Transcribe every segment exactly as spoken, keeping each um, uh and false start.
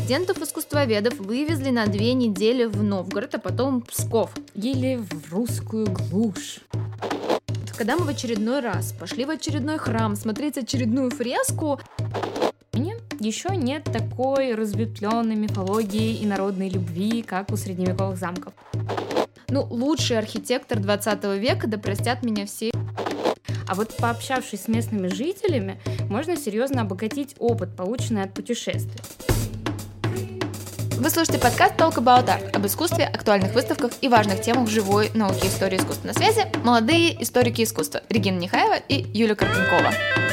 студентов-искусствоведов вывезли на две недели в Новгород, а потом в Псков. Или в русскую глушь. Когда мы в очередной раз пошли в очередной храм смотреть очередную фреску, еще нет такой разветвленной мифологии и народной любви, как у средневековых замков. Ну, лучший архитектор двадцатого века, да простят меня все. А вот пообщавшись с местными жителями, можно серьезно обогатить опыт, полученный от путешествий. Вы слушаете подкаст Talk About Art об искусстве, актуальных выставках и важных темах живой науки, истории искусства. На связи молодые историки искусства Регина Нехаева и Юлия Карпенкова.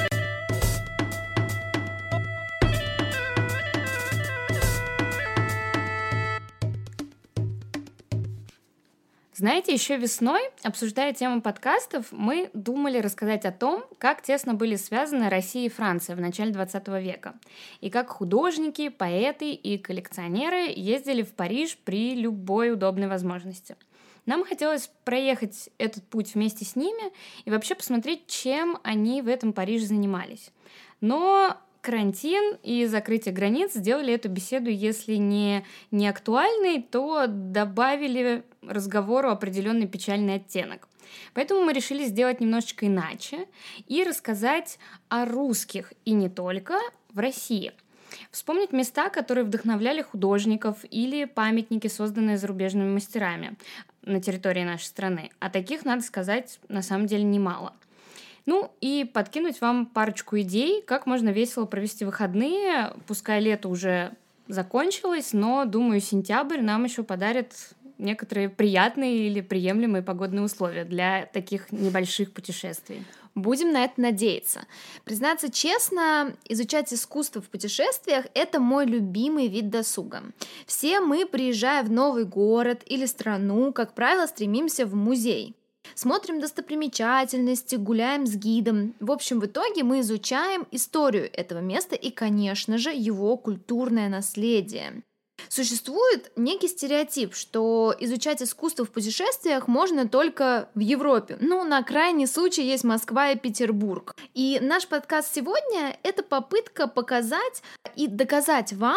Знаете, еще весной, обсуждая тему подкастов, мы думали рассказать о том, как тесно были связаны Россия и Франция в начале двадцатого века, и как художники, поэты и коллекционеры ездили в Париж при любой удобной возможности. Нам хотелось проехать этот путь вместе с ними и вообще посмотреть, чем они в этом Париже занимались. Но карантин и закрытие границ сделали эту беседу, если не, не актуальной, то добавили разговору определенный печальный оттенок. Поэтому мы решили сделать немножечко иначе и рассказать о русских и не только в России. Вспомнить места, которые вдохновляли художников, или памятники, созданные зарубежными мастерами на территории нашей страны. А таких, надо сказать, на самом деле немало. Ну и подкинуть вам парочку идей, как можно весело провести выходные, пускай лето уже закончилось, но, думаю, сентябрь нам еще подарит некоторые приятные или приемлемые погодные условия для таких небольших путешествий. Будем на это надеяться. Признаться честно, изучать искусство в путешествиях — это мой любимый вид досуга. Все мы, приезжая в новый город или страну, как правило, стремимся в музей. Смотрим достопримечательности, гуляем с гидом. В общем, в итоге мы изучаем историю этого места и, конечно же, его культурное наследие. Существует некий стереотип, что изучать искусство в путешествиях можно только в Европе. Ну, на крайний случай есть Москва и Петербург. И наш подкаст сегодня — это попытка показать и доказать вам,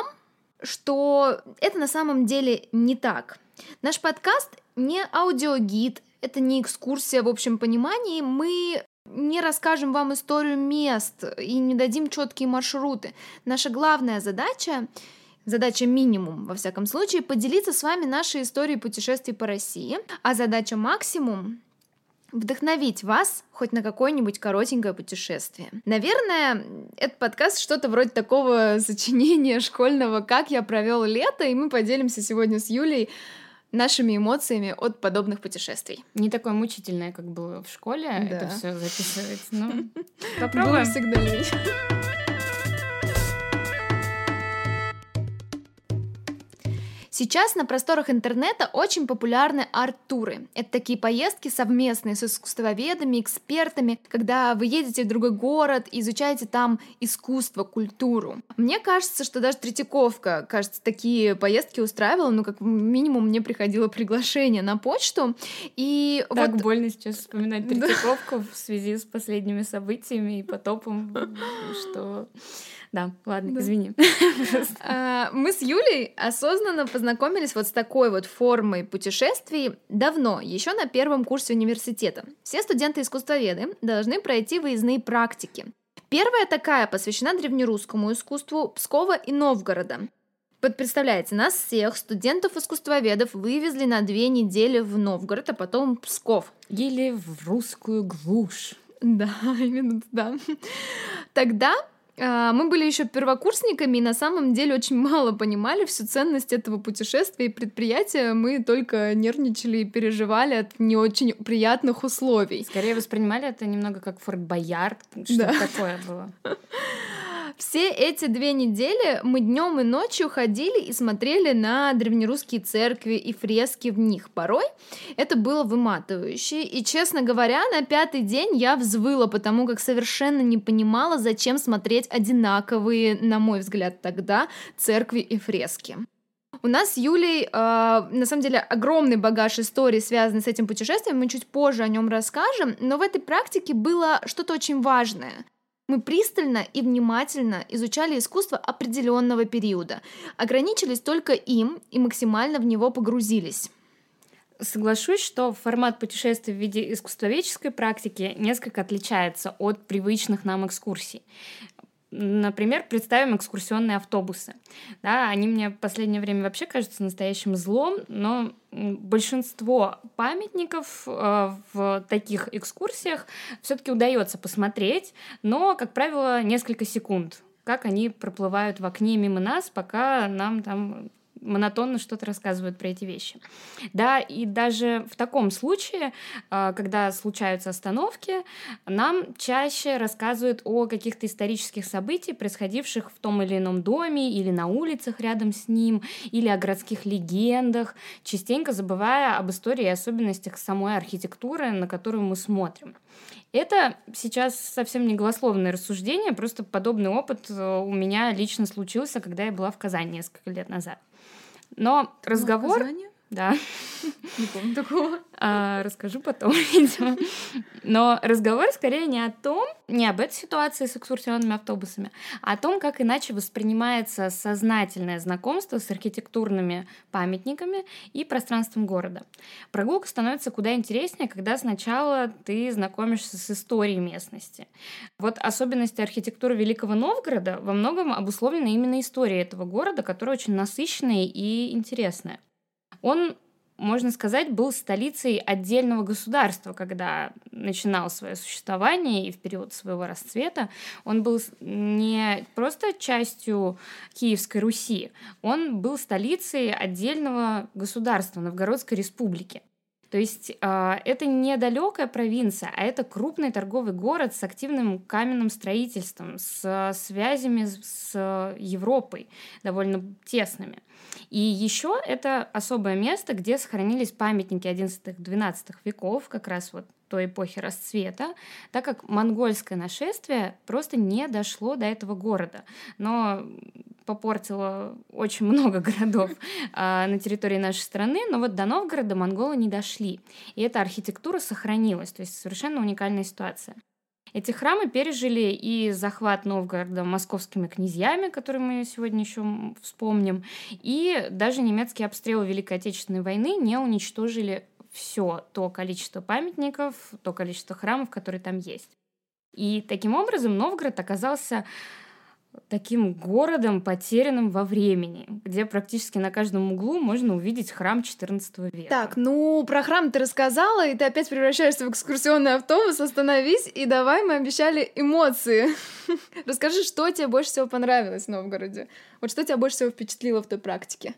что это на самом деле не так. Наш подкаст не аудиогид, это не экскурсия в общем понимании, мы не расскажем вам историю мест и не дадим четкие маршруты. Наша главная задача, задача минимум, во всяком случае, поделиться с вами нашей историей путешествий по России, а задача максимум — вдохновить вас хоть на какое-нибудь коротенькое путешествие. Наверное, этот подкаст что-то вроде такого сочинения школьного «Как я провел лето», и мы поделимся сегодня с Юлей нашими эмоциями от подобных путешествий. Не такое мучительное, как было в школе, да. Это все записывать. Ну, попробуем. Будем всегда лечь. Сейчас на просторах интернета очень популярны арт-туры. Это такие поездки совместные с искусствоведами, экспертами, когда вы едете в другой город и изучаете там искусство, культуру. Мне кажется, что даже Третьяковка, кажется, такие поездки устраивала, ну, как минимум, мне приходило приглашение на почту. И так вот... больно сейчас вспоминать Третьяковку в связи с последними событиями и потопом, что... Да, ладно, да. Извини. Мы с Юлей осознанно познакомились вот с такой вот формой путешествий давно, еще на первом курсе университета. Все студенты-искусствоведы должны пройти выездные практики. Первая такая посвящена древнерусскому искусству Пскова и Новгорода. Вот представляете, нас всех, студентов-искусствоведов, вывезли на две недели в Новгород, а потом в Псков. Или в русскую глушь. Да, именно туда. Тогда мы были еще первокурсниками и на самом деле очень мало понимали всю ценность этого путешествия и предприятия. Мы только нервничали и переживали от не очень приятных условий. Скорее воспринимали это немного как Форт Боярд, что-то да. такое было. Все эти две недели мы днем и ночью ходили и смотрели на древнерусские церкви и фрески в них. Порой это было выматывающе, и, честно говоря, на пятый день я взвыла, потому как совершенно не понимала, зачем смотреть одинаковые, на мой взгляд, тогда церкви и фрески. У нас с Юлей, э, на самом деле, огромный багаж историй, связанный с этим путешествием, мы чуть позже о нем расскажем, но в этой практике было что-то очень важное. Мы пристально и внимательно изучали искусство определенного периода, ограничились только им и максимально в него погрузились. Соглашусь, что формат путешествий в виде искусствоведческой практики несколько отличается от привычных нам экскурсий. Например, представим экскурсионные автобусы. Да, они мне в последнее время вообще кажутся настоящим злом, но большинство памятников э, в таких экскурсиях все-таки удается посмотреть, но, как правило, несколько секунд, как они проплывают в окне мимо нас, пока нам там монотонно что-то рассказывают про эти вещи. Да, и даже в таком случае, когда случаются остановки, нам чаще рассказывают о каких-то исторических событиях, происходивших в том или ином доме или на улицах рядом с ним, или о городских легендах, частенько забывая об истории и особенностях самой архитектуры, на которую мы смотрим. Это сейчас совсем не голословное рассуждение, просто подобный опыт у меня лично случился, когда я была в Казани несколько лет назад. Но Ты разговор... была в Казани? Да. Не помню такого. А, расскажу потом, видимо. Но разговор скорее не о том, не об этой ситуации с экскурсионными автобусами, а о том, как иначе воспринимается сознательное знакомство с архитектурными памятниками и пространством города. Прогулка становится куда интереснее, когда сначала ты знакомишься с историей местности. Вот особенности архитектуры Великого Новгорода во многом обусловлены именно историей этого города, которая очень насыщенная и интересная. Он, можно сказать, был столицей отдельного государства, когда начинал свое существование и в период своего расцвета. Он был не просто частью Киевской Руси, он был столицей отдельного государства, Новгородской республики. То есть э, это не далекая провинция, а это крупный торговый город с активным каменным строительством, с связями с Европой довольно тесными. И еще это особое место, где сохранились памятники одиннадцатого-двенадцатого веков, как раз вот той эпохи расцвета, так как монгольское нашествие просто не дошло до этого города, но попортило очень много городов а, на территории нашей страны, но вот до Новгорода монголы не дошли, и эта архитектура сохранилась, то есть совершенно уникальная ситуация. Эти храмы пережили и захват Новгорода московскими князьями, которые мы сегодня еще вспомним, и даже немецкие обстрелы Великой Отечественной войны не уничтожили все то количество памятников, то количество храмов, которые там есть. И таким образом Новгород оказался таким городом, потерянным во времени, где практически на каждом углу можно увидеть храм четырнадцатого века. Так, ну, про храм ты рассказала, и ты опять превращаешься в экскурсионный автобус. Остановись, и давай, мы обещали эмоции. Расскажи, что тебе больше всего понравилось в Новгороде? Вот что тебя больше всего впечатлило в той практике?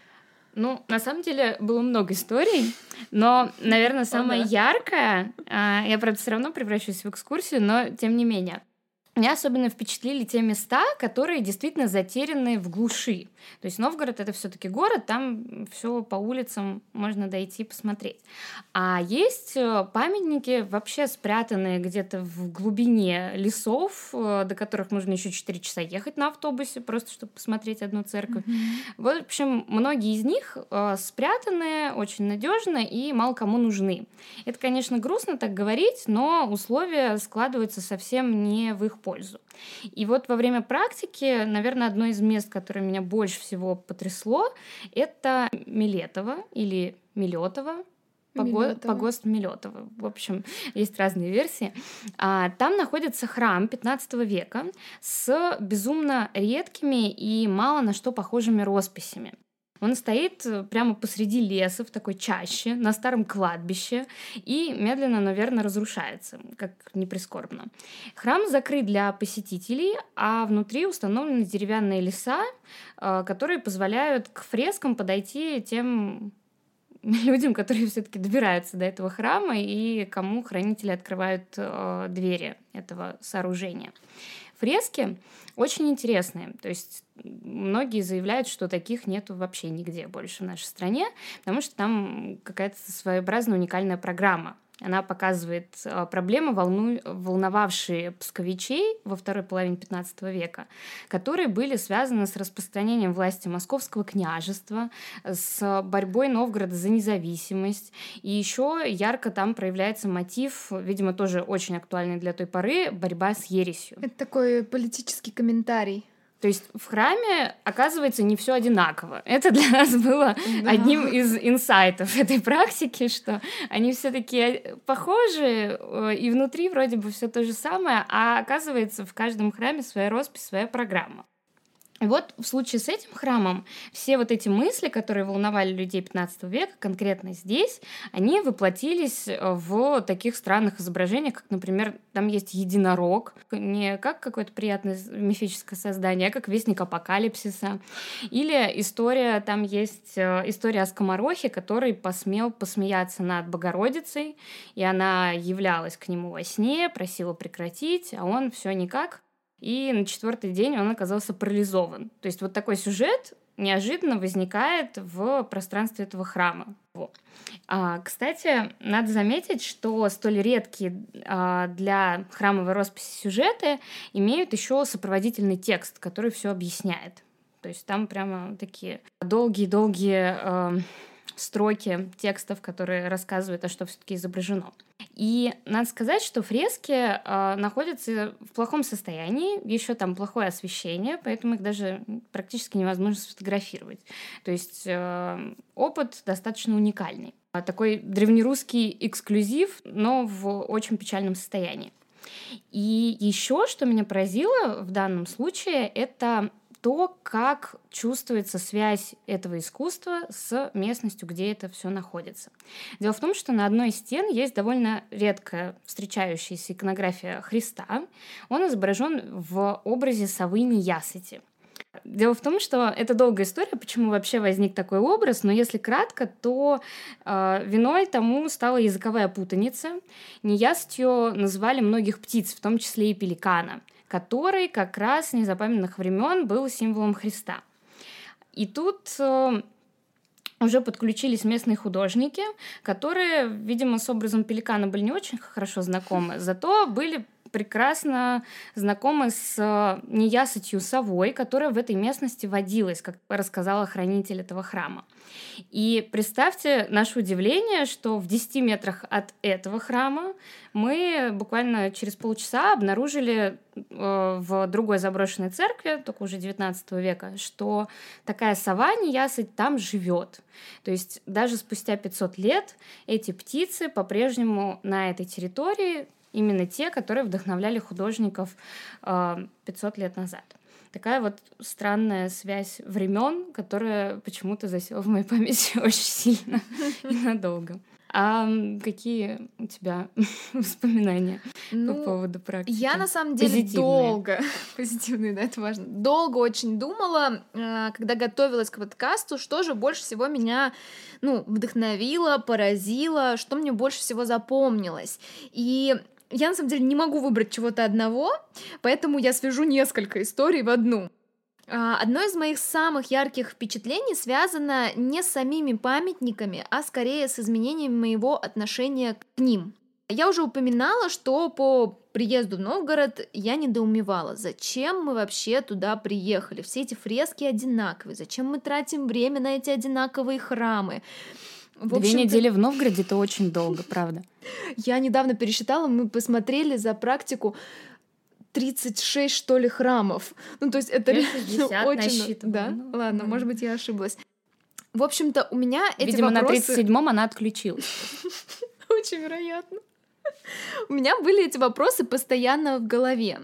Ну, на самом деле, было много историй, но, наверное, самая Ага. яркая, а, я, правда, все равно превращусь в экскурсию, но тем не менее. Меня особенно впечатлили те места, которые действительно затеряны в глуши. То есть Новгород — это все-таки город, там все по улицам можно дойти посмотреть. А есть э, памятники, вообще спрятанные где-то в глубине лесов, э, до которых нужно еще четыре часа ехать на автобусе, просто чтобы посмотреть одну церковь. В общем, многие из них э, спрятаны, очень надежно и мало кому нужны. Это, конечно, грустно так говорить, но условия складываются совсем не в их пользу. И вот во время практики, наверное, одно из мест, которое меня больше всего потрясло, это Милетово или Милетово. Пого... Милетово. Погост Милетово. В общем, есть разные версии. А, там находится храм пятнадцатого века с безумно редкими и мало на что похожими росписями. Он стоит прямо посреди леса, в такой чаще, на старом кладбище, и медленно, наверное, разрушается, как ни прискорбно. Храм закрыт для посетителей, а внутри установлены деревянные леса, которые позволяют к фрескам подойти тем людям, которые все-таки добираются до этого храма и кому хранители открывают двери этого сооружения. Фрески очень интересные, то есть многие заявляют, что таких нету вообще нигде больше в нашей стране, потому что там какая-то своеобразная уникальная программа Она показывает э, проблемы, волну... волновавшие псковичей во второй половине пятнадцатого века, которые были связаны с распространением власти Московского княжества, с борьбой Новгорода за независимость. И еще ярко там проявляется мотив, видимо, тоже очень актуальный для той поры, борьба с ересью. Это такой политический комментарий. То есть в храме, оказывается, не все одинаково. Это для нас было да. одним из инсайтов этой практики, что они все такие похожи, и внутри вроде бы все то же самое, а оказывается, в каждом храме своя роспись, своя программа. И вот в случае с этим храмом все вот эти мысли, которые волновали людей пятнадцатого века, конкретно здесь, они воплотились в таких странных изображениях, как, например, там есть единорог, не как какое-то приятное мифическое создание, а как вестник апокалипсиса. Или история, там есть история о скоморохе, который посмел посмеяться над Богородицей, и она являлась к нему во сне, просила прекратить, а он все никак. И на четвертый день он оказался парализован. То есть вот такой сюжет неожиданно возникает в пространстве этого храма. Вот. А, кстати, надо заметить, что столь редкие а, для храмовой росписи сюжеты имеют еще сопроводительный текст, который все объясняет. То есть там прямо такие долгие-долгие а, строки текстов, которые рассказывают, а что все-таки изображено. И надо сказать, что фрески э, находятся в плохом состоянии, еще там плохое освещение, поэтому их даже практически невозможно сфотографировать. То есть э, опыт достаточно уникальный. Такой древнерусский эксклюзив, но в очень печальном состоянии. И еще, что меня поразило в данном случае, это то, как чувствуется связь этого искусства с местностью, где это все находится. Дело в том, что на одной из стен есть довольно редко встречающаяся иконография Христа. Он изображен в образе совы неясыти. Дело в том, что это долгая история, почему вообще возник такой образ, но если кратко, то э, виной тому стала языковая путаница. Неясытью называли многих птиц, в том числе и пеликана, который как раз с незапамятных времен был символом Христа. И тут э, уже подключились местные художники, которые, видимо, с образом пеликана были не очень хорошо знакомы, зато были прекрасно знакомы с неясытью совой, которая в этой местности водилась, как рассказала хранитель этого храма. И представьте наше удивление, что в десяти метрах от этого храма мы буквально через полчаса обнаружили э, в другой заброшенной церкви, только уже девятнадцатого века, что такая сова неясыть там живет. То есть даже спустя пятьсот лет эти птицы по-прежнему на этой территории, именно те, которые вдохновляли художников э, пятьсот лет назад. Такая вот странная связь времен, которая почему-то засела в моей памяти очень сильно и надолго. А какие у тебя воспоминания ну, по поводу практики? Я на самом деле позитивные. долго, позитивные, да, это важно, долго очень думала, когда готовилась к подкасту, что же больше всего меня, ну, вдохновило, поразило, что мне больше всего запомнилось. И я, на самом деле, не могу выбрать чего-то одного, поэтому я свяжу несколько историй в одну. Одно из моих самых ярких впечатлений связано не с самими памятниками, а скорее с изменением моего отношения к ним. Я уже упоминала, что по приезду в Новгород я недоумевала, зачем мы вообще туда приехали. Все эти фрески одинаковые, зачем мы тратим время на эти одинаковые храмы. В Две недели в Новгороде — это очень долго, правда. Я недавно пересчитала, мы посмотрели за практику тридцать шесть, что ли, храмов. Ну, то есть это реально очень... Да? Ну, ладно, ну. может быть, я ошиблась. В общем-то, у меня эти Видимо, вопросы... на тридцать седьмом она отключилась. Очень вероятно. У меня были эти вопросы постоянно в голове.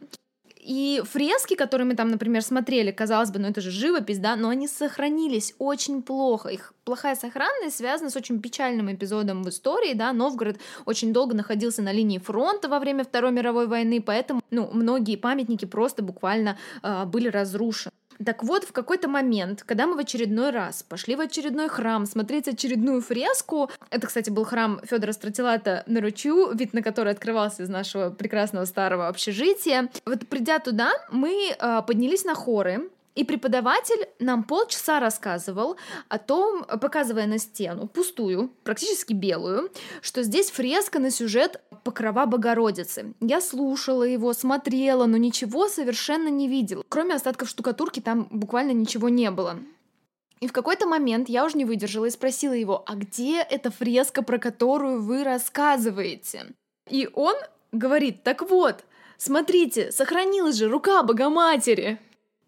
И фрески, которые мы там, например, смотрели, казалось бы, ну это же живопись, да, но они сохранились очень плохо. Их плохая сохранность связана с очень печальным эпизодом в истории, да, Новгород очень долго находился на линии фронта во время Второй мировой войны, поэтому, ну, многие памятники просто буквально э, были разрушены. Так вот, в какой-то момент, когда мы в очередной раз пошли в очередной храм смотреть очередную фреску, это, кстати, был храм Федора Стратилата на Ручью, вид на который открывался из нашего прекрасного старого общежития. Вот придя туда, мы э, поднялись на хоры, И преподаватель нам полчаса рассказывал о том, показывая на стену, пустую, практически белую, что здесь фреска на сюжет Покрова Богородицы. Я слушала его, смотрела, но ничего совершенно не видела. Кроме остатков штукатурки там буквально ничего не было. И в какой-то момент я уже не выдержала и спросила его: а где эта фреска, про которую вы рассказываете? И он говорит: так вот, смотрите, сохранилась же рука Богоматери.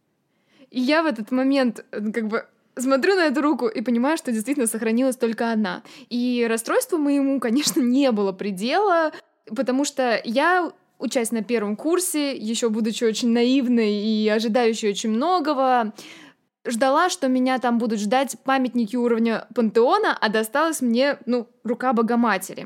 И я в этот момент как бы смотрю на эту руку и понимаю, что действительно сохранилась только одна. И расстройству моему, конечно, не было предела, потому что я, учась на первом курсе, еще будучи очень наивной и ожидающей очень многого, ждала, что меня там будут ждать памятники уровня пантеона, а досталась мне, ну, рука Богоматери.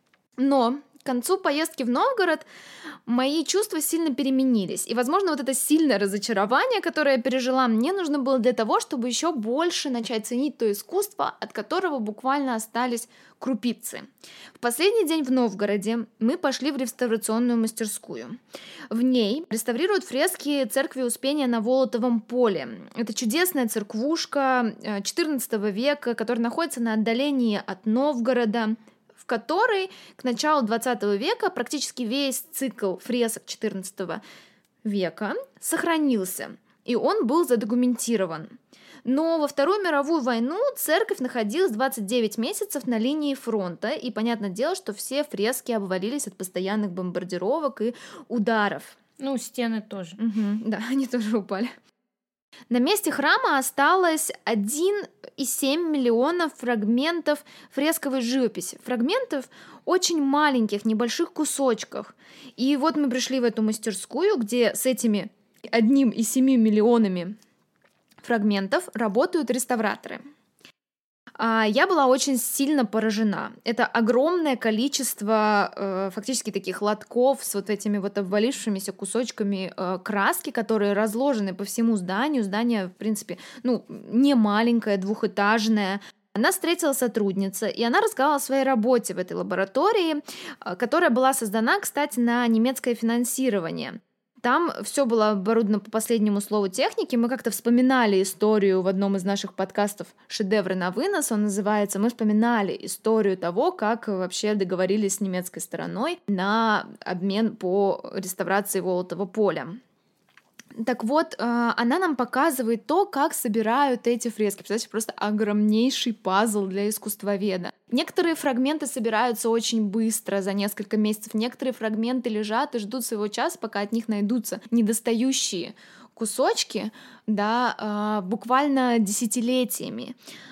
Но к концу поездки в Новгород мои чувства сильно переменились. И, возможно, вот это сильное разочарование, которое я пережила, мне нужно было для того, чтобы еще больше начать ценить то искусство, от которого буквально остались крупицы. В последний день в Новгороде мы пошли в реставрационную мастерскую. В ней реставрируют фрески церкви Успения на Волотовом поле. Это чудесная церквушка четырнадцатого века, которая находится на отдалении от Новгорода, в которой к началу двадцатого века практически весь цикл фресок четырнадцатого века сохранился, и он был задокументирован. Но во Вторую мировую войну церковь находилась двадцать девять месяцев на линии фронта, и понятное дело, что все фрески обвалились от постоянных бомбардировок и ударов. Ну, стены тоже. Угу, да, они тоже упали. На месте храма осталось один и семь миллионов фрагментов фресковой живописи. Фрагментов очень маленьких, небольших кусочках. И вот мы пришли в эту мастерскую, где с этими одним и семи миллионами фрагментов работают реставраторы. Я была очень сильно поражена. Это огромное количество э, фактически таких лотков с вот этими вот обвалившимися кусочками э, краски, которые разложены по всему зданию. Здание, в принципе, ну, не маленькое, двухэтажное. Она встретила сотрудница, и она рассказала о своей работе в этой лаборатории, э, которая была создана, кстати, на немецкое финансирование. Там все было оборудовано по последнему слову техники. Мы как-то вспоминали историю в одном из наших подкастов «Шедевры на вынос», он называется. Мы вспоминали историю того, как вообще договорились с немецкой стороной на обмен по реставрации Волотова поля. Так вот, она нам показывает то, как собирают эти фрески. Представляете, просто огромнейший пазл для искусствоведа. Некоторые фрагменты собираются очень быстро, за несколько месяцев. Некоторые фрагменты лежат и ждут своего часа, пока от них найдутся недостающие кусочки, да, буквально десятилетиями.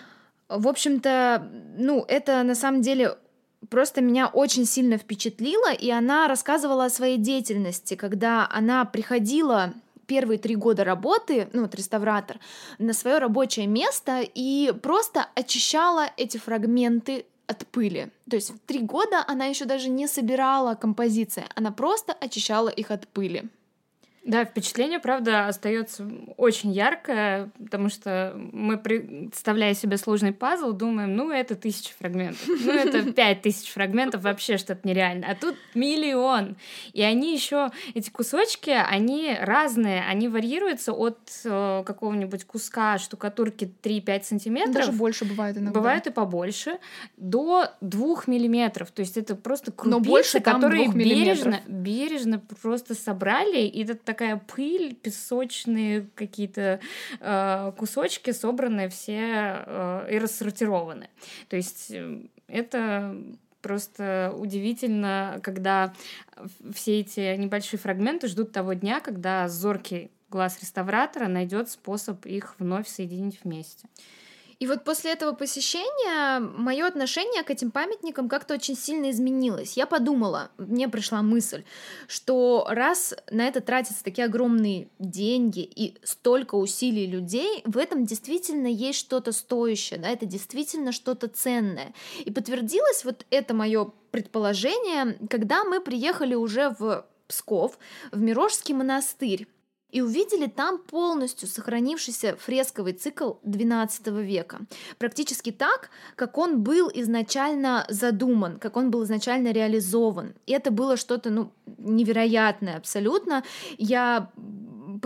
В общем-то, ну, это на самом деле просто меня очень сильно впечатлило, и она рассказывала о своей деятельности, когда она приходила первые три года работы, ну вот реставратор, на свое рабочее место и просто очищала эти фрагменты от пыли. То есть в три года она еще даже не собирала композиции, она просто очищала их от пыли. Да, впечатление, правда, остается очень яркое, потому что мы, представляя себе сложный пазл, думаем, ну, это тысяча фрагментов, ну, это пять тысяч фрагментов, вообще что-то нереально, а тут миллион. И они еще, эти кусочки, они разные, они варьируются от э, какого-нибудь куска штукатурки три-пять сантиметров. Даже больше бывает иногда. Бывает и побольше, до двух миллиметров. То есть это просто крупицы, которые бережно, бережно просто собрали, и это так такая пыль, песочные какие-то э, кусочки, собранные все э, и рассортированы. То есть э, это просто удивительно, когда все эти небольшие фрагменты ждут того дня, когда зоркий глаз реставратора найдет способ их вновь соединить вместе. И вот после этого посещения мое отношение к этим памятникам как-то очень сильно изменилось. Я подумала, мне пришла мысль, что раз на это тратятся такие огромные деньги и столько усилий людей, в этом действительно есть что-то стоящее, да, это действительно что-то ценное. И подтвердилось вот это мое предположение, когда мы приехали уже в Псков, в Мирошский монастырь, и увидели там полностью сохранившийся фресковый цикл двенадцатого века. Практически так, как он был изначально задуман, как он был изначально реализован. И это было что-то, ну, невероятное абсолютно. Я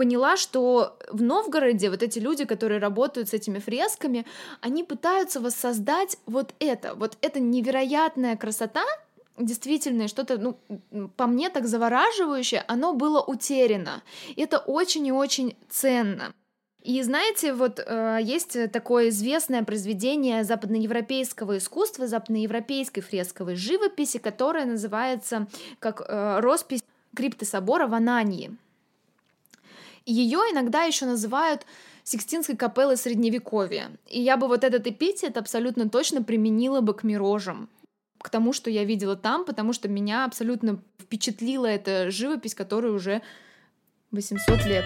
поняла, что в Новгороде вот эти люди, которые работают с этими фресками, они пытаются воссоздать вот это, вот эта невероятная красота, действительно, что-то, ну, по мне так завораживающее, оно было утеряно. И это очень и очень ценно. И знаете, вот э, есть такое известное произведение западноевропейского искусства, западноевропейской фресковой живописи, которое называется как э, роспись крипты собора в Ананьи. Ее иногда еще называют Сикстинской капеллой Средневековья. И я бы вот этот эпитет абсолютно точно применила бы к Мирожам, к тому, что я видела там, потому что меня абсолютно впечатлила эта живопись, которой уже восемьсот лет.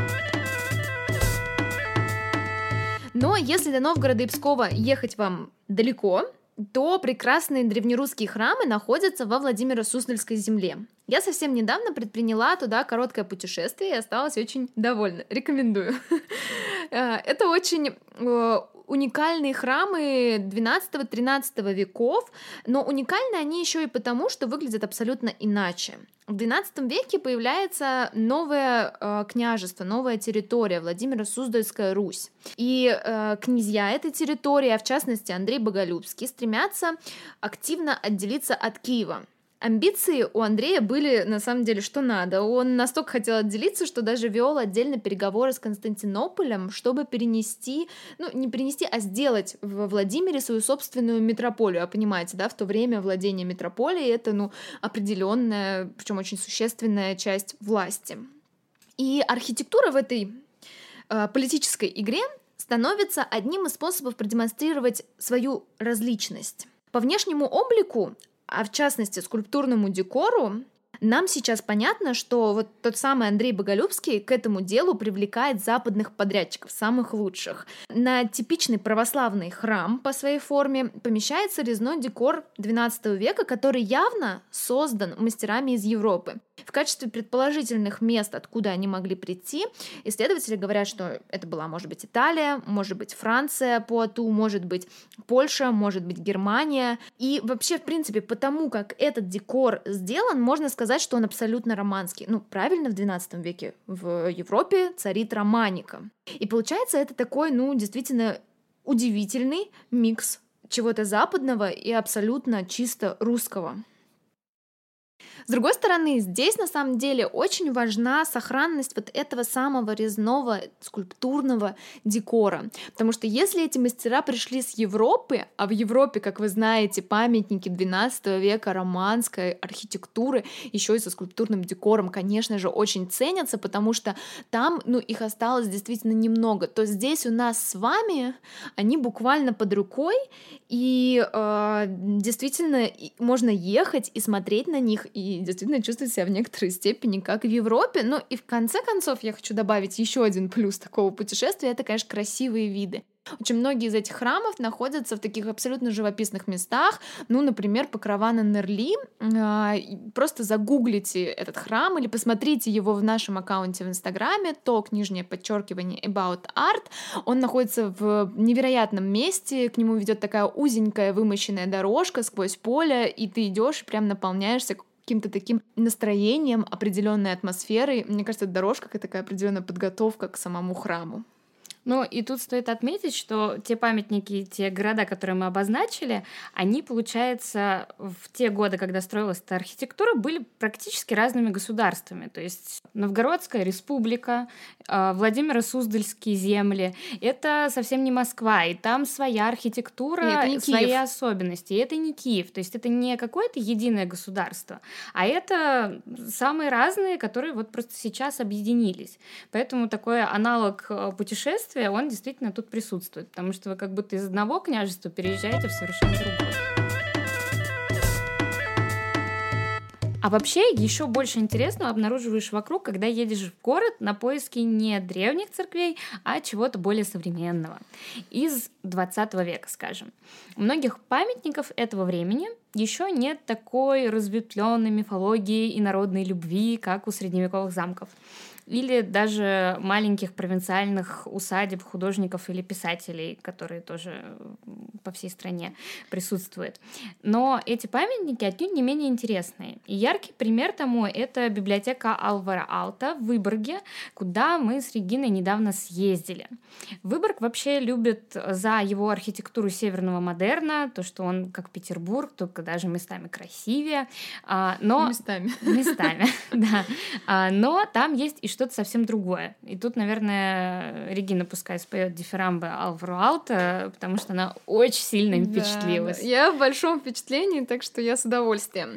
Но если до Новгорода и Пскова ехать вам далеко, то прекрасные древнерусские храмы находятся во Владимиро-Суздальской земле. Я совсем недавно предприняла туда короткое путешествие и осталась очень довольна. Рекомендую. Это очень уникальные храмы двенадцатого-тринадцатого веков, но уникальны они еще и потому, что выглядят абсолютно иначе. В двенадцатом веке появляется новое э, княжество, новая территория, Владимиро-Суздальская Русь. И э, князья этой территории, а в частности Андрей Боголюбский, стремятся активно отделиться от Киева. Амбиции у Андрея были на самом деле что надо. Он настолько хотел отделиться, что даже вел отдельно переговоры с Константинополем, чтобы перенести, ну не перенести, а сделать в Владимире свою собственную метрополию. А понимаете, да, в то время владение метрополией — это, ну, определенная, причем очень существенная часть власти. И архитектура в этой э, политической игре становится одним из способов продемонстрировать свою различность. По внешнему облику, а в частности скульптурному декору, нам сейчас понятно, что вот тот самый Андрей Боголюбский к этому делу привлекает западных подрядчиков, самых лучших. На типичный православный храм по своей форме помещается резной декор двенадцатого века, который явно создан мастерами из Европы. В качестве предположительных мест, откуда они могли прийти, исследователи говорят, что это была, может быть, Италия, может быть, Франция по Ату, может быть, Польша, может быть, Германия. И вообще, в принципе, потому как этот декор сделан, можно сказать, что он абсолютно романский. Ну, правильно, в двенадцатом веке в Европе царит романика. И получается, это такой, ну, действительно удивительный микс чего-то западного и абсолютно чисто русского. С другой стороны, здесь на самом деле очень важна сохранность вот этого самого резного скульптурного декора. Потому что если эти мастера пришли с Европы, а в Европе, как вы знаете, памятники двенадцатого века романской архитектуры еще и со скульптурным декором, конечно же, очень ценятся, потому что там, ну, их осталось действительно немного, то здесь у нас с вами они буквально под рукой, и э, действительно можно ехать и смотреть на них, и действительно чувствовать себя в некоторой степени как в Европе. Ну и в конце концов я хочу добавить еще один плюс такого путешествия — это, конечно, красивые виды. Очень многие из этих храмов находятся в таких абсолютно живописных местах, ну, например, Покрова на Нерли. Просто загуглите этот храм или посмотрите его в нашем аккаунте в Инстаграме, ток, нижнее подчеркивание, about art. Он находится в невероятном месте, к нему ведет такая узенькая вымощенная дорожка сквозь поле, и ты идешь и прям наполняешься каким-то таким настроением, определенной атмосферой. Мне кажется, дорожка — это такая определенная подготовка к самому храму. Ну, и тут стоит отметить, что те памятники, те города, которые мы обозначили, они, получается, в те годы, когда строилась эта архитектура, были практически разными государствами. То есть Новгородская республика, Владимиро-Суздальские земли — это совсем не Москва, и там своя архитектура, и свои особенности. И это не Киев, то есть это не какое-то единое государство, а это самые разные, которые вот просто сейчас объединились. Поэтому такой аналог путешествия, он действительно тут присутствует, потому что вы как будто из одного княжества переезжаете в совершенно другое. А вообще еще больше интересного обнаруживаешь вокруг, когда едешь в город на поиски не древних церквей, а чего-то более современного. Из двадцатого века, скажем. У многих памятников этого времени еще нет такой разветвленной мифологии и народной любви, как у средневековых замков. Или даже маленьких провинциальных усадеб художников или писателей, которые тоже по всей стране присутствует. Но эти памятники отнюдь не менее интересные. И яркий пример тому — это библиотека Альвара Алта в Выборге, куда мы с Региной недавно съездили. Выборг вообще любит за его архитектуру северного модерна, то, что он как Петербург, только даже местами красивее. Но... Местами. Местами, да. Но там есть и что-то совсем другое. И тут, наверное, Регина пускай споет дифирамбы Альвару Алта, потому что она очень сильно им впечатлилась. Да, я в большом впечатлении, так что я с удовольствием.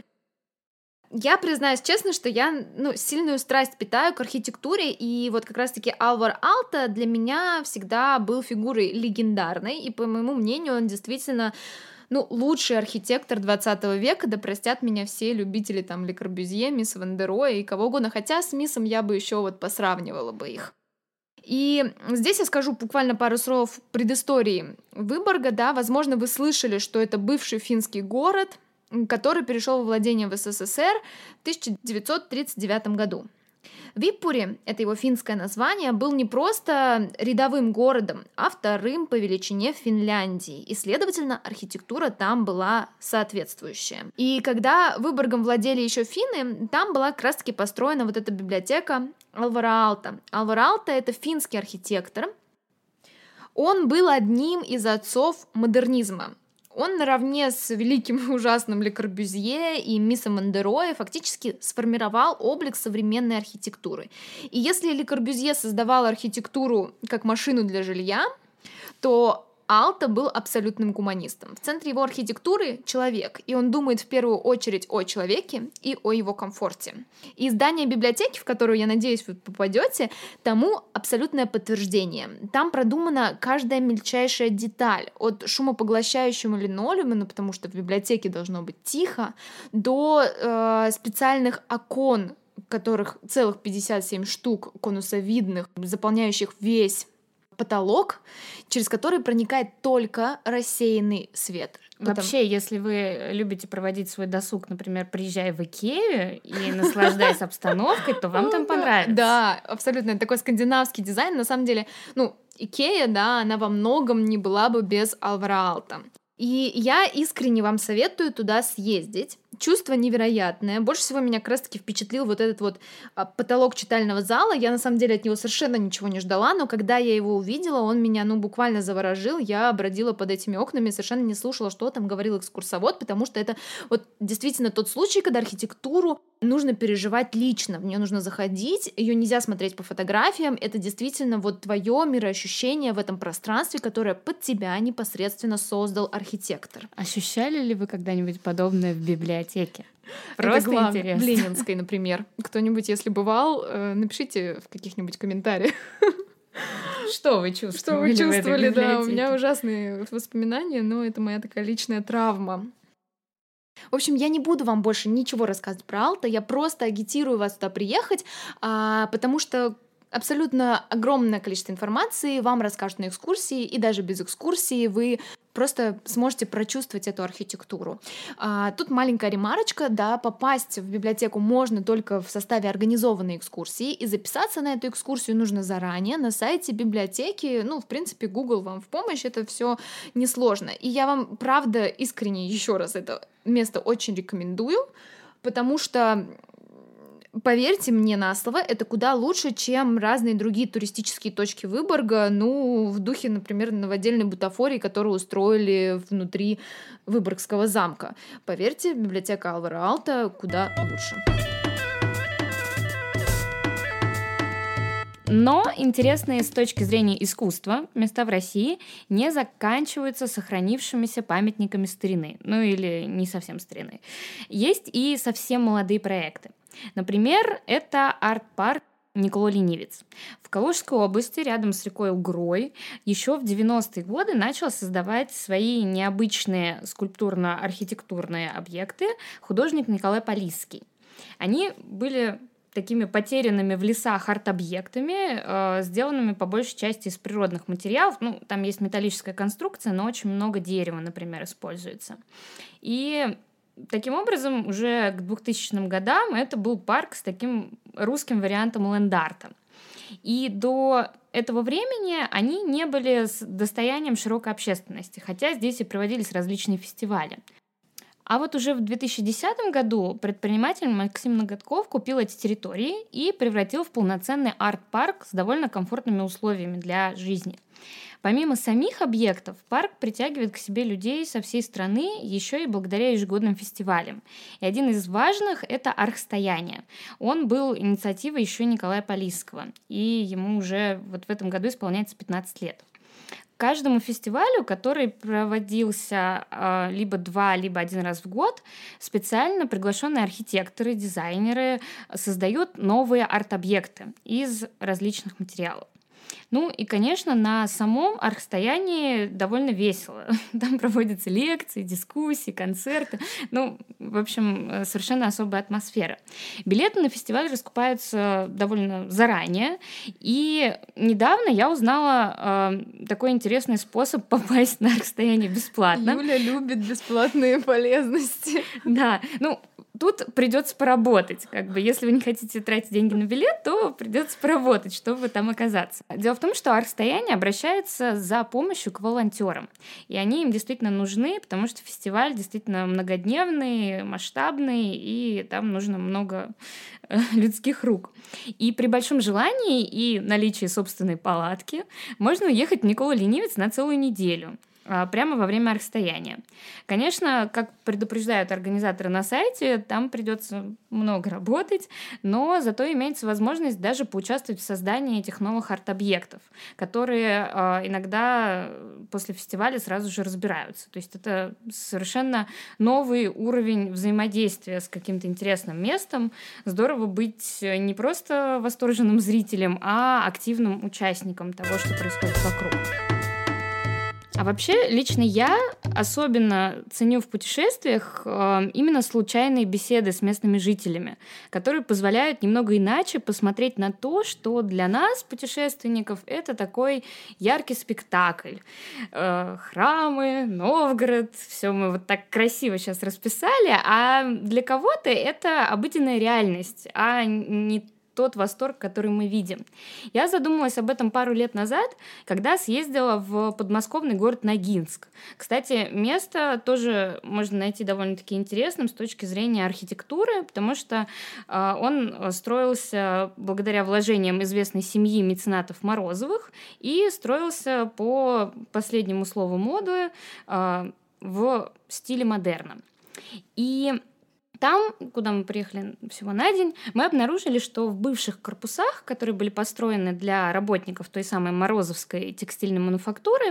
Я признаюсь честно, что я ну, сильную страсть питаю к архитектуре, и вот как раз-таки Альвар Алта для меня всегда был фигурой легендарной, и, по моему мнению, он действительно ну, лучший архитектор двадцатого века, да простят меня все любители там Ле Корбюзье, мисс Ван дер Роя и кого угодно, хотя с миссом я бы еще вот посравнивала бы их. И здесь я скажу буквально пару слов предыстории Выборга, да, возможно, вы слышали, что это бывший финский город, который перешел во владение в СССР в тысяча девятьсот тридцать девятом году. Виппури, это его финское название, был не просто рядовым городом, а вторым по величине в Финляндии, и, следовательно, архитектура там была соответствующая. И когда Выборгом владели еще финны, там была как раз-таки построена вот эта библиотека Альвара Алта. Альвар Алта — это финский архитектор. Он был одним из отцов модернизма. Он наравне с великим и ужасным Ле Корбюзье и миссом Ван дер Роя фактически сформировал облик современной архитектуры. И если Ле Корбюзье создавал архитектуру как машину для жилья, то Алта был абсолютным гуманистом. В центре его архитектуры — человек, и он думает в первую очередь о человеке и о его комфорте. И здание библиотеки, в которую, я надеюсь, вы попадете, тому абсолютное подтверждение. Там продумана каждая мельчайшая деталь, от шумопоглощающего линолеума, ну, потому что в библиотеке должно быть тихо, до э, специальных окон, которых целых пятьдесят семь штук, конусовидных, заполняющих весь потолок, через который проникает только рассеянный свет. Вообще, Потому... если вы любите проводить свой досуг, например, приезжая в Икею и наслаждаясь обстановкой, то вам там понравится. Да, абсолютно. Это такой скандинавский дизайн. На самом деле, ну, Икея, да, она во многом не была бы без Альвара Алта. И я искренне вам советую туда съездить. Чувство невероятное. Больше всего меня как раз-таки впечатлил вот этот вот потолок читального зала. Я на самом деле от него совершенно ничего не ждала, но когда я его увидела, он меня ну буквально заворожил. Я бродила под этими окнами, совершенно не слушала, что там говорил экскурсовод, потому что это вот действительно тот случай, когда архитектуру нужно переживать лично, в нее нужно заходить, ее нельзя смотреть по фотографиям, это действительно вот твое мироощущение в этом пространстве, которое под тебя непосредственно создал архитектор. Ощущали ли вы когда-нибудь подобное в библиотеке? Просто это интересно. В Ленинской, например. Кто-нибудь, если бывал, напишите в каких-нибудь комментариях. Что вы чувствовали? Что вы чувствовали, да. У меня ужасные воспоминания, но это моя такая личная травма. В общем, я не буду вам больше ничего рассказывать про Алта, я просто агитирую вас туда приехать, а, потому что абсолютно огромное количество информации вам расскажут на экскурсии, и даже без экскурсии вы просто сможете прочувствовать эту архитектуру. А, тут маленькая ремарочка, да, попасть в библиотеку можно только в составе организованной экскурсии, и записаться на эту экскурсию нужно заранее на сайте библиотеки, ну, в принципе, Google вам в помощь, это все несложно. И я вам, правда, искренне еще раз это место очень рекомендую, потому что поверьте мне на слово, это куда лучше, чем разные другие туристические точки Выборга, ну, в духе, например, новодельной бутафории, которую устроили внутри Выборгского замка. Поверьте, библиотека Альвара Алта куда лучше. Но интересные с точки зрения искусства места в России не заканчиваются сохранившимися памятниками старины, ну или не совсем старины. Есть и совсем молодые проекты. Например, это арт-парк Николо Ленивец. В Калужской области, рядом с рекой Угрой, еще в девяностые годы начал создавать свои необычные скульптурно-архитектурные объекты художник Николай Полисский. Они были такими потерянными в лесах арт-объектами, э, сделанными по большей части из природных материалов. Ну, там есть металлическая конструкция, но очень много дерева, например, используется. И таким образом, уже к двухтысячным годам это был парк с таким русским вариантом ленд-арта. И до этого времени они не были с достоянием широкой общественности, хотя здесь и проводились различные фестивали. А вот уже в две тысячи десятом году предприниматель Максим Ноготков купил эти территории и превратил в полноценный арт-парк с довольно комфортными условиями для жизни. Помимо самих объектов, парк притягивает к себе людей со всей страны еще и благодаря ежегодным фестивалям. И один из важных – это «Архстояние». Он был инициативой еще Николая Полисского, и ему уже вот в этом году исполняется пятнадцать лет. Каждому фестивалю, который проводился э, либо два, либо один раз в год, специально приглашенные архитекторы, дизайнеры создают новые арт-объекты из различных материалов. Ну и, конечно, на самом архстоянии довольно весело. Там проводятся лекции, дискуссии, концерты. Ну, в общем, совершенно особая атмосфера. Билеты на фестиваль раскупаются довольно заранее. И недавно я узнала э, такой интересный способ попасть на архстояние бесплатно. Юля любит бесплатные полезности. Да, ну... Тут придется поработать. Как бы, если вы не хотите тратить деньги на билет, то придется поработать, чтобы там оказаться. Дело в том, что архстояние обращается за помощью к волонтерам. И они им действительно нужны, потому что фестиваль действительно многодневный, масштабный, и там нужно много людских рук. И при большом желании и наличии собственной палатки можно уехать в Никола-Ленивец на целую неделю. Прямо во время архстояния. Конечно, как предупреждают организаторы на сайте, там придется много работать, но зато имеется возможность даже поучаствовать в создании этих новых арт-объектов, которые э, иногда после фестиваля сразу же разбираются. То есть это совершенно новый уровень взаимодействия с каким-то интересным местом. Здорово быть не просто восторженным зрителем, а активным участником того, что происходит вокруг. А вообще, лично я особенно ценю в путешествиях э, именно случайные беседы с местными жителями, которые позволяют немного иначе посмотреть на то, что для нас, путешественников, это такой яркий спектакль. Э, храмы, Новгород, все мы вот так красиво сейчас расписали, а для кого-то это обыденная реальность, а не тот восторг, который мы видим. Я задумалась об этом пару лет назад, когда съездила в подмосковный город Ногинск. Кстати, место тоже можно найти довольно-таки интересным с точки зрения архитектуры, потому что э, он строился благодаря вложениям известной семьи меценатов Морозовых и строился по последнему слову моды э, в стиле модерна. И там, куда мы приехали всего на день, мы обнаружили, что в бывших корпусах, которые были построены для работников той самой Морозовской текстильной мануфактуры,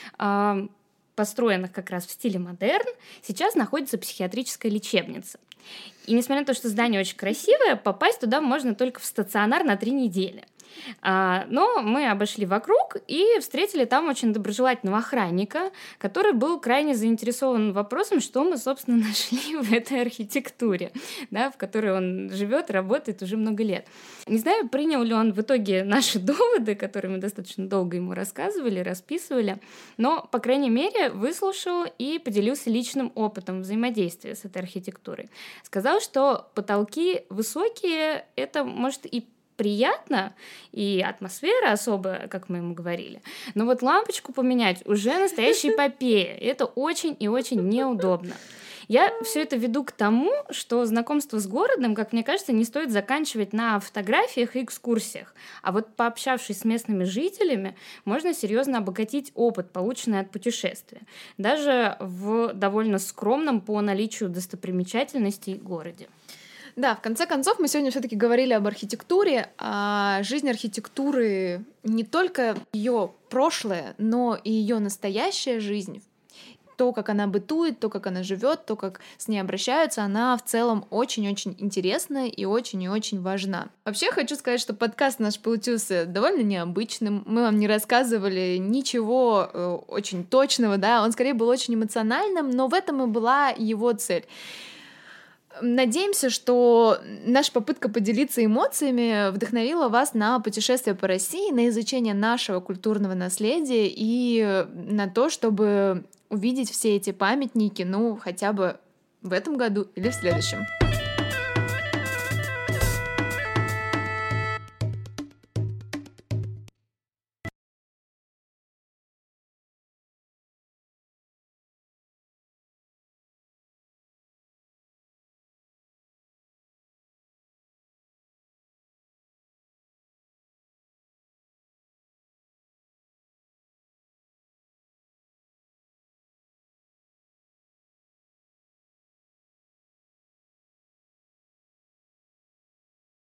построенных как раз в стиле модерн, сейчас находится психиатрическая лечебница. И несмотря на то, что здание очень красивое, попасть туда можно только в стационар на три недели. Но мы обошли вокруг и встретили там очень доброжелательного охранника, который был крайне заинтересован вопросом, что мы, собственно, нашли в этой архитектуре, да, в которой он живет, работает уже много лет. Не знаю, принял ли он в итоге наши доводы, которые мы достаточно долго ему рассказывали, расписывали, но, по крайней мере, выслушал и поделился личным опытом взаимодействия с этой архитектурой. Сказал, что потолки высокие, это может и приятно, и атмосфера особая, как мы ему говорили. Но вот лампочку поменять уже настоящая эпопея. Это очень и очень неудобно. Я все это веду к тому, что знакомство с городом, как мне кажется, не стоит заканчивать на фотографиях и экскурсиях. А вот пообщавшись с местными жителями, можно серьезно обогатить опыт, полученный от путешествия. Даже в довольно скромном по наличию достопримечательностей городе. Да, в конце концов, мы сегодня все-таки говорили об архитектуре, а жизнь архитектуры не только ее прошлое, но и ее настоящая жизнь. То, как она бытует, то, как она живет, то, как с ней обращаются, она в целом очень-очень интересна и очень и очень важна. Вообще хочу сказать, что подкаст наш получился довольно необычным. Мы вам не рассказывали ничего э, очень точного, да, он скорее был очень эмоциональным, но в этом и была его цель. Надеемся, что наша попытка поделиться эмоциями вдохновила вас на путешествие по России, на изучение нашего культурного наследия и на то, чтобы увидеть все эти памятники, ну, хотя бы в этом году или в следующем.